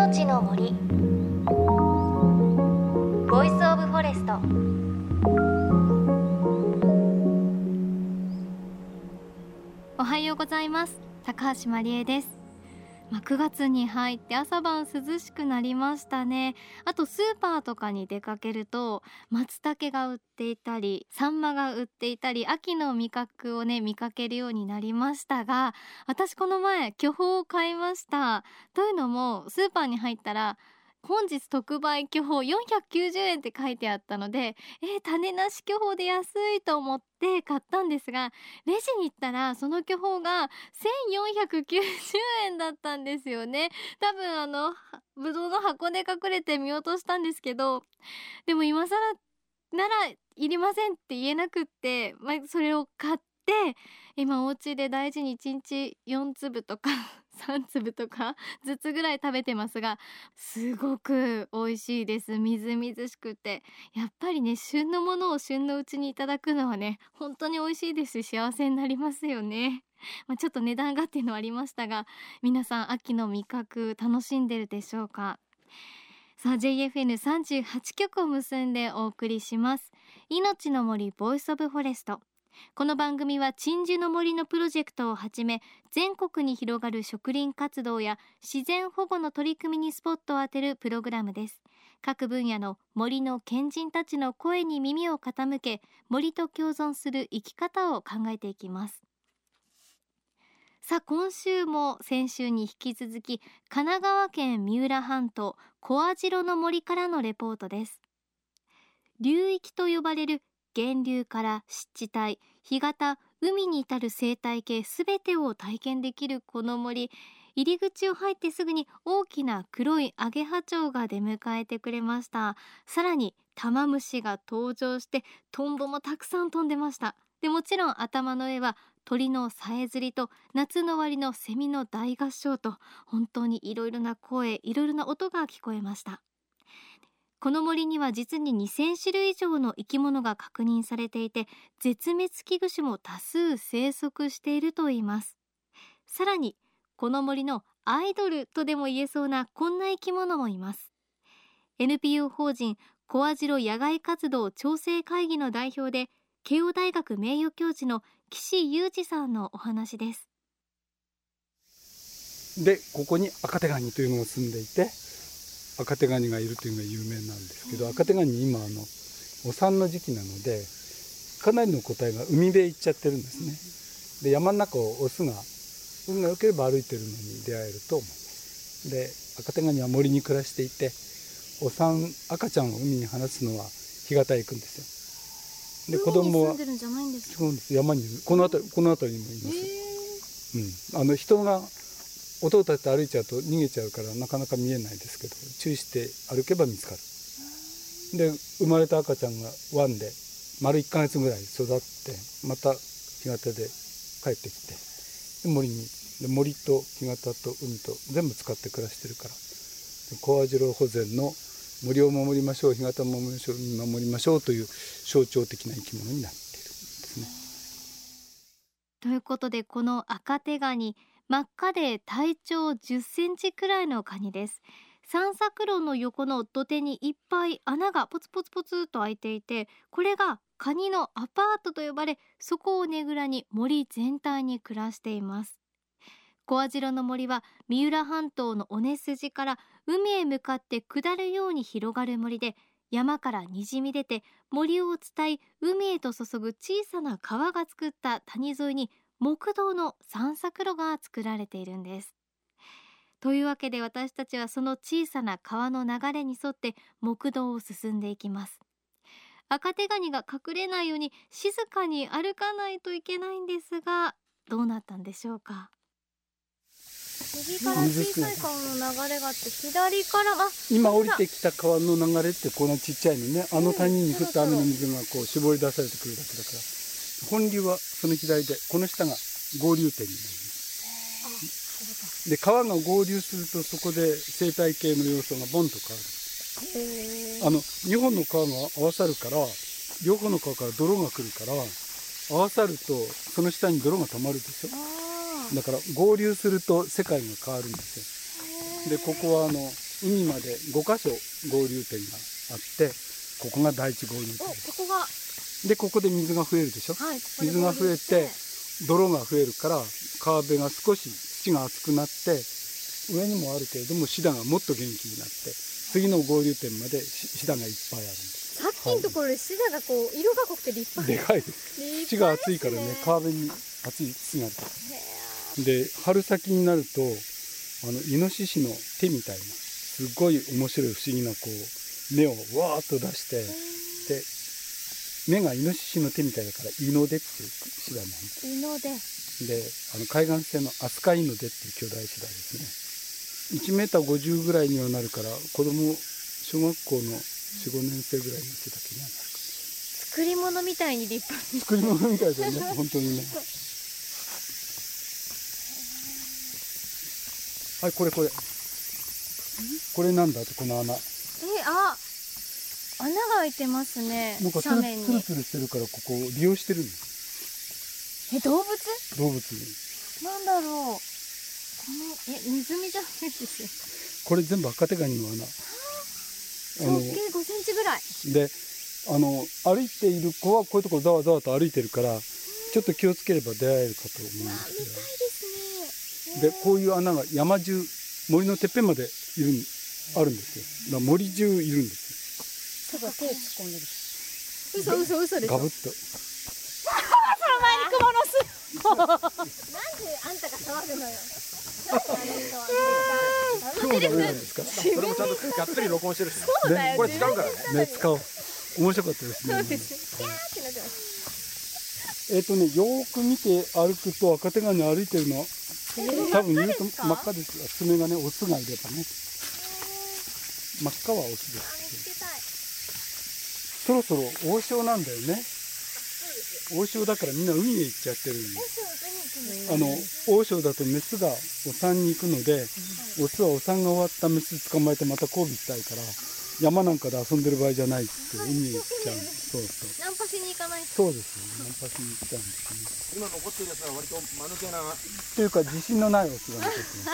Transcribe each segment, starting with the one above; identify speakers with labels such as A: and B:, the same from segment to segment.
A: 命の森ボイスオブフォレスト。おはようございます。高橋真理恵です。9月に入って朝晩涼しくなりましたね。あとスーパーとかに出かけると松茸が売っていたりサンマが売っていたり秋の味覚をね見かけるようになりましたが、私この前巨峰を買いました。というのもスーパーに入ったら本日特売巨峰490円って書いてあったので、種なし巨峰で安いと思って買ったんですが、レジに行ったらその巨峰が1490円だったんですよね。多分ぶどうの箱で隠れて見落としたんですけど、でも今更ならいりませんって言えなくって、それを買って今お家で大事に1日4粒とか3粒とかずつぐらい食べてますが、すごく美味しいです。みずみずしくて、やっぱりね旬のものを旬のうちにいただくのはね本当に美味しいですし幸せになりますよね。ちょっと値段がっていうのはありましたが、皆さん秋の味覚楽しんでるでしょうか。さあ JFN38 局を結んでお送りします命の森ボイスオブフォレスト。この番組は鎮守の森のプロジェクトをはじめ全国に広がる植林活動や自然保護の取り組みにスポットを当てるプログラムです。各分野の森の賢人たちの声に耳を傾け、森と共存する生き方を考えていきます。さあ今週も先週に引き続き神奈川県三浦半島小網代の森からのレポートです。流域と呼ばれる源流から湿地帯、干潟、海に至る生態系すべてを体験できるこの森、入り口を入ってすぐに大きな黒いアゲハチョウが出迎えてくれました。さらにタマムシが登場してトンボもたくさん飛んでました。でもちろん頭の上は鳥のさえずりと夏の終わりのセミの大合唱と、本当にいろいろな声、いろいろな音が聞こえました。この森には実に2000種類以上の生き物が確認されていて、絶滅危惧種も多数生息しているといいます。さらにこの森のアイドルとでも言えそうなこんな生き物もいます。 NPO 法人小網代野外活動調整会議の代表で慶応大学名誉教授の岸裕二さんのお話です。
B: でここに赤手ガニというのが住んでいて、赤手ガニがいるというのが有名なんですけど、赤手ガニ今お産の時期なのでかなりの個体が海辺へ行っちゃってるんですね。で山の中をオスが運が良ければ歩いてるのに出会えると思います。で赤手ガニは森に暮らしていて、赤ちゃんを海に放つのは干潟へ行くんですよ。で子供は
A: 海に住んでるんじゃないんですか。
B: そうです、山にこの辺りにもいます。人が音を立てて歩いちゃうと逃げちゃうからなかなか見えないですけど、注意して歩けば見つかる。で生まれた赤ちゃんが湾で丸1ヶ月ぐらい育ってまた干潟で帰ってきて、で森と干潟と海と全部使って暮らしてるから、小網代保全の森を守りましょう、干潟を守りましょう、海を守りましょうという象徴的な生き物になっているんですね。
A: ということでこの赤手ガニ、真っ赤で体長10センチくらいのカニです。散策路の横の土手にいっぱい穴がポツポツポツと開いていて、これがカニのアパートと呼ばれ、そこをねぐらに森全体に暮らしています。小網代の森は三浦半島の尾根筋から海へ向かって下るように広がる森で、山からにじみ出て森を伝い海へと注ぐ小さな川が作った谷沿いに木道の散策路が作られているんです。というわけで私たちはその小さな川の流れに沿って木道を進んでいきます。赤手ガニが隠れないように静かに歩かないといけないんですが、どうなったんでしょうか。右から小さい川の流れがあって、左から
B: 今降りてきた川の流れってこんなちっちゃいのね、谷に降った雨の水がこう絞り出されてくるだけだから、本流はその左で、この下が合流点になります。で川が合流するとそこで生態系の要素がボンと変わる。2本の川が合わさるから、両方の川から泥が来るから、合わさるとその下に泥が溜まるでしょ。だから合流すると世界が変わるんですよ。でここは海まで5箇所合流点があって、ここが第一合流点
A: ここが、
B: で、ここで水が増えるでしょ、
A: はい、
B: 水が増えて泥が増えるから川辺が少し土が厚くなって、上にもあるけれどもシダがもっと元気になって、次の合流点までシダがいっぱいあるんです。
A: さっきのところでシダがこう色が濃くて立派
B: でかいです。土が厚いからね、川辺に厚い土があるから。で、春先になるとイノシシの手みたいなすごい面白い不思議なこう目をわーっと出して、で目がイノシシの手みたいだからイノデっていうシダなんです。
A: イノデ
B: で、海岸線のアスカイノデっていう巨大シダですね。1メーター50ぐらいにはなるから、子供小学校の4、5年生ぐらいの背丈にはなるかもし
A: 作り物みたいに立派に。
B: れない。作り物みたいだよね本当にね。はい、これなんだって、この穴。
A: 穴が開いてますね。
B: なんかツ
A: 斜面に。
B: ルツルしてるから、ここを利用してるの。
A: 動物？
B: 動物に。
A: なんだろう。ネズミじゃないですよ。
B: これ全部赤手ガニの穴。
A: 直径5センチぐらい。
B: で、歩いている子はこういうところざわざわと歩いてるから、ちょっと気をつければ出会えるかと思いますけど。
A: 見たいですね。
B: で、こういう穴が山中、森のてっぺんまであるんですよ。だから森中いるんです
A: 手突っ込んでる。嘘でしょ。
B: ガブッと。
A: その前にクモの巣。なんであんたが騒ぐのよ。
B: 今日ダメなんですか。
C: それもちゃんとがっつり録音してるしね。
A: そうだよ。
C: これ違うからね。
B: ね、使おう。面白かったですね。
A: そうです。キャーってなってます。
B: よーく見て歩くと赤手ガニ歩いてるの。多分言うと真っ赤ですが、爪がね、オスがいればね。真っ赤はオスです。
A: 見つけたい。
B: そろそろ大潮なんだよね。大潮だからみんな海へ行っちゃってるんで。大潮だとメスがお産に行くので、オスはお産が終わったメス捕まえてまた交尾したいから、山なんかで遊んでる場合じゃないって海へ行っちゃう。そうそう。
A: ナンパしに行かないと。
B: そうですよ。ナンパしに行っちゃうんです
C: 今残ってるやつは割と間抜けな。
B: というか自信のないオスが残ってます。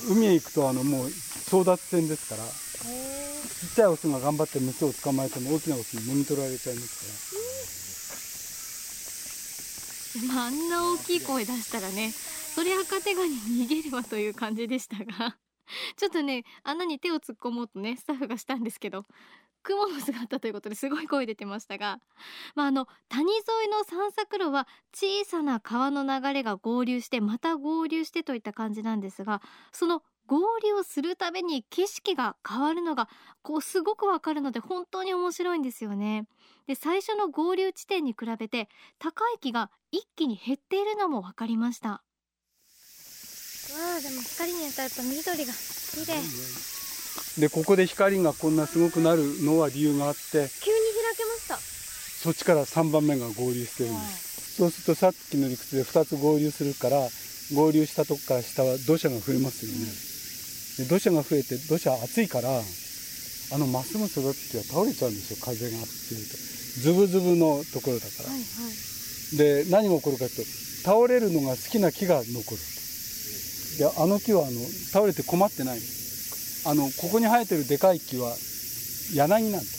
B: 海へ行くともう争奪戦ですから、ちっちゃいオスが頑張ってメスを捕まえても大きなオスに揉み取られちゃいますから。
A: あんな大きい声出したらね、そりゃ赤手ガニ逃げればという感じでしたが、ちょっとね、穴に手を突っ込もうとね、スタッフがしたんですけど、クモの巣があったということですごい声出てましたが、谷沿いの散策路は小さな川の流れが合流してまた合流してといった感じなんですが、その合流をするたびに景色が変わるのがすごくわかるので本当に面白いんですよね。で、最初の合流地点に比べて高い木が一気に減っているのも分かりました。わあ、でも光に当たると緑が綺麗。
B: で、ここで光がこんなすごくなるのは理由があって、
A: 急に開けました。
B: そっちから3番目が合流してるんです。そうするとさっきの理屈で2つ合流するから、合流したとこから下は土砂が増えますよね。で、土砂が増えて土砂熱いから、まっすぐ育つ木は倒れちゃうんですよ、風が強いと。ズブズブのところだから。で、何が起こるかというと、倒れるのが好きな木が残る。で、木は倒れて困ってない。ここに生えてるでかい木は柳なんです。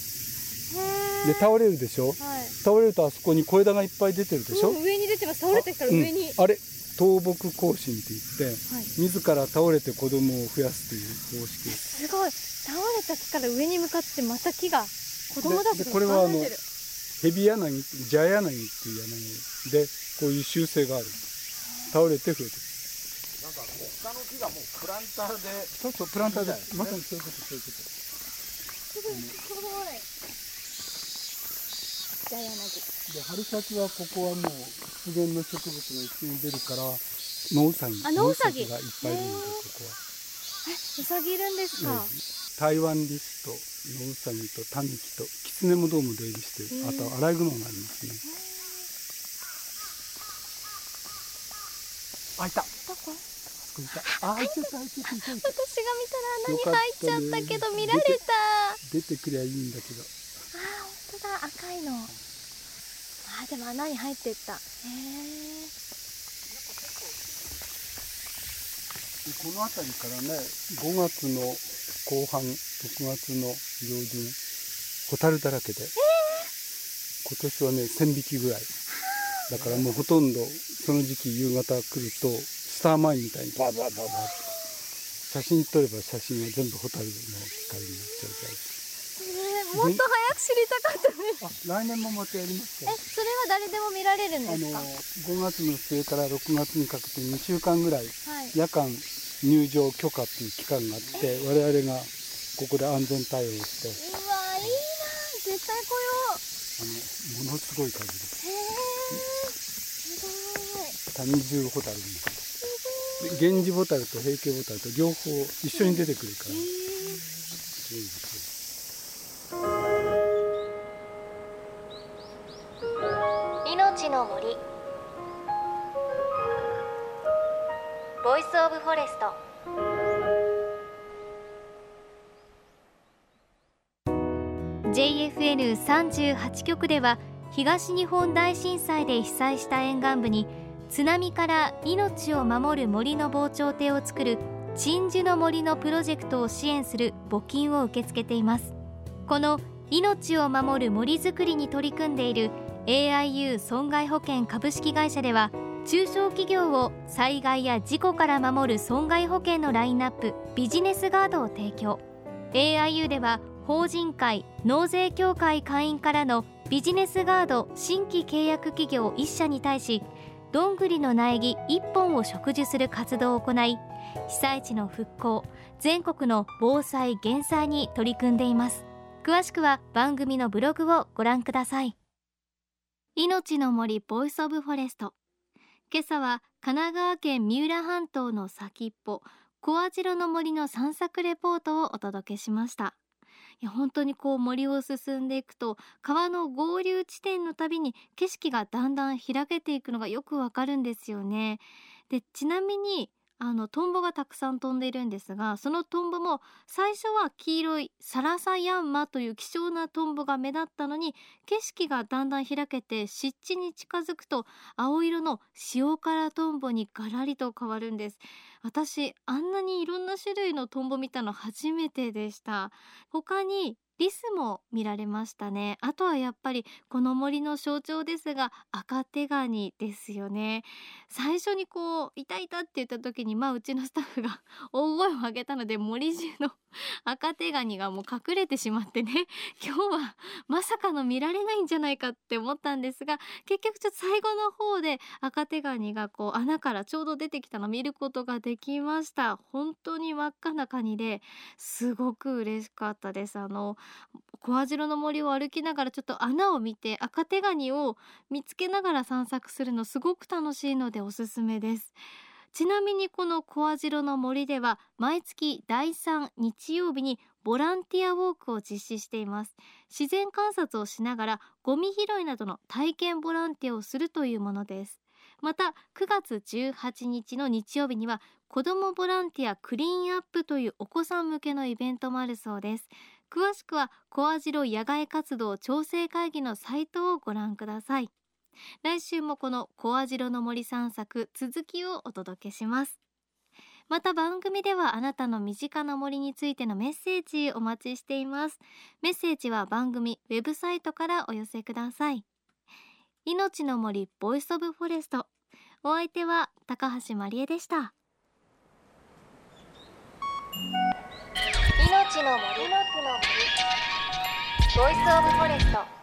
B: で、倒れるでしょ、倒れるとあそこに小枝がいっぱい出てるでしょ、
A: 上に出てます。倒れてきたら上に。
B: あれ、倒木行進って言って、自ら倒れて子供を増やすという方式です。
A: すごい。倒れた木から上に向かってまた木が子供たちが
B: これはヘビ柳、ジャヤ柳っていう柳で、こういう習性がある。倒れて増えてる。
C: なんか他の木がもうプランターで。
B: そうそう、プランターで、まさにそういうこと、そういうこと。
A: すごい。ジャヤ柳。
B: で、春先はここはもう湿原の植物が一緒に出るから、野ウサギがいっぱいいるんですよ、ここは。
A: ウサギいるんですか。
B: タイワンリスとノウサギとタヌキとキツネもどうも出入りしてる。あとアライグマがありますね。あ、いた。
A: どこ？
B: いた。あ、開いちゃった、開いちゃった。
A: 私が見たら穴に入っちゃったけど見られた。
B: 出てくりゃいいんだけど。
A: あ、本当だ、赤いの。あ、でも穴に入ってった。
B: この辺りからね、5月の後半6月の上旬ホタルだらけで、今年はね1000匹ぐらいだから、もうほとんどその時期夕方来るとスターマインみたいにバーバーバーバー写真撮れば写真は全部ホタルの光になっちゃうぐらいです。
A: もっと早く知りたかったね。
B: 来年もまたやりますよ。
A: それは誰でも見られるんですか？
B: 5月の末から6月にかけて2週間ぐらい、
A: はい、
B: 夜間入場許可っていう期間があって、我々がここで安全対応して。
A: うわいいな、絶対来よう。
B: ものすごい数です。
A: へー、すごい。
B: 谷中ホタルみたいな。源氏ホタルと平家ホタルと両方一緒に出てくるから、すごいですよ。
A: 命の森、ボイスオブフォレスト。JFN38 局では東日本大震災で被災した沿岸部に津波から命を守る森の防潮堤を作る鎮守の森のプロジェクトを支援する募金を受け付けています。この命を守る森づくりに取り組んでいる AIU 損害保険株式会社では、中小企業を災害や事故から守る損害保険のラインナップビジネスガードを提供。 AIU では法人会納税協会会員からのビジネスガード新規契約企業1社に対し、どんぐりの苗木1本を植樹する活動を行い、被災地の復興、全国の防災減災に取り組んでいます。詳しくは番組のブログをご覧ください。命の森ボイスオブフォレスト。今朝は神奈川県三浦半島の先っぽ小網代の森の散策レポートをお届けしました。いや本当に森を進んでいくと川の合流地点のたびに景色がだんだん開けていくのがよくわかるんですよね。でちなみにトンボがたくさん飛んでいるんですが、そのトンボも最初は黄色いサラサヤンマという希少なトンボが目立ったのに、景色がだんだん開けて湿地に近づくと青色の塩辛トンボにガラリと変わるんです。私あんなにいろんな種類のトンボ見たの初めてでした。他にリスも見られましたね。あとはやっぱりこの森の象徴ですが赤手ガニですよね。最初にいたいたって言った時にうちのスタッフが大声を上げたので森中の赤手ガニがもう隠れてしまってね、今日はまさかの見られないんじゃないかって思ったんですが、結局ちょっと最後の方で赤手ガニが穴からちょうど出てきたのを見ることができました。本当に真っ赤なカニですごく嬉しかったです。小網代の森を歩きながらちょっと穴を見て赤手ガニを見つけながら散策するのすごく楽しいのでおすすめです。ちなみにこの小網代の森では毎月第3日曜日にボランティアウォークを実施しています。自然観察をしながらゴミ拾いなどの体験ボランティアをするというものです。また9月18日の日曜日には子どもボランティアクリーンアップというお子さん向けのイベントもあるそうです。詳しくは小網代野外活動調整会議のサイトをご覧ください。来週もこの小網代の森散策続きをお届けします。また番組ではあなたの身近な森についてのメッセージお待ちしています。メッセージは番組ウェブサイトからお寄せください。命の森ボイスオブフォレスト、お相手は高橋まりえでした。命の森ボイスオブフォレスト。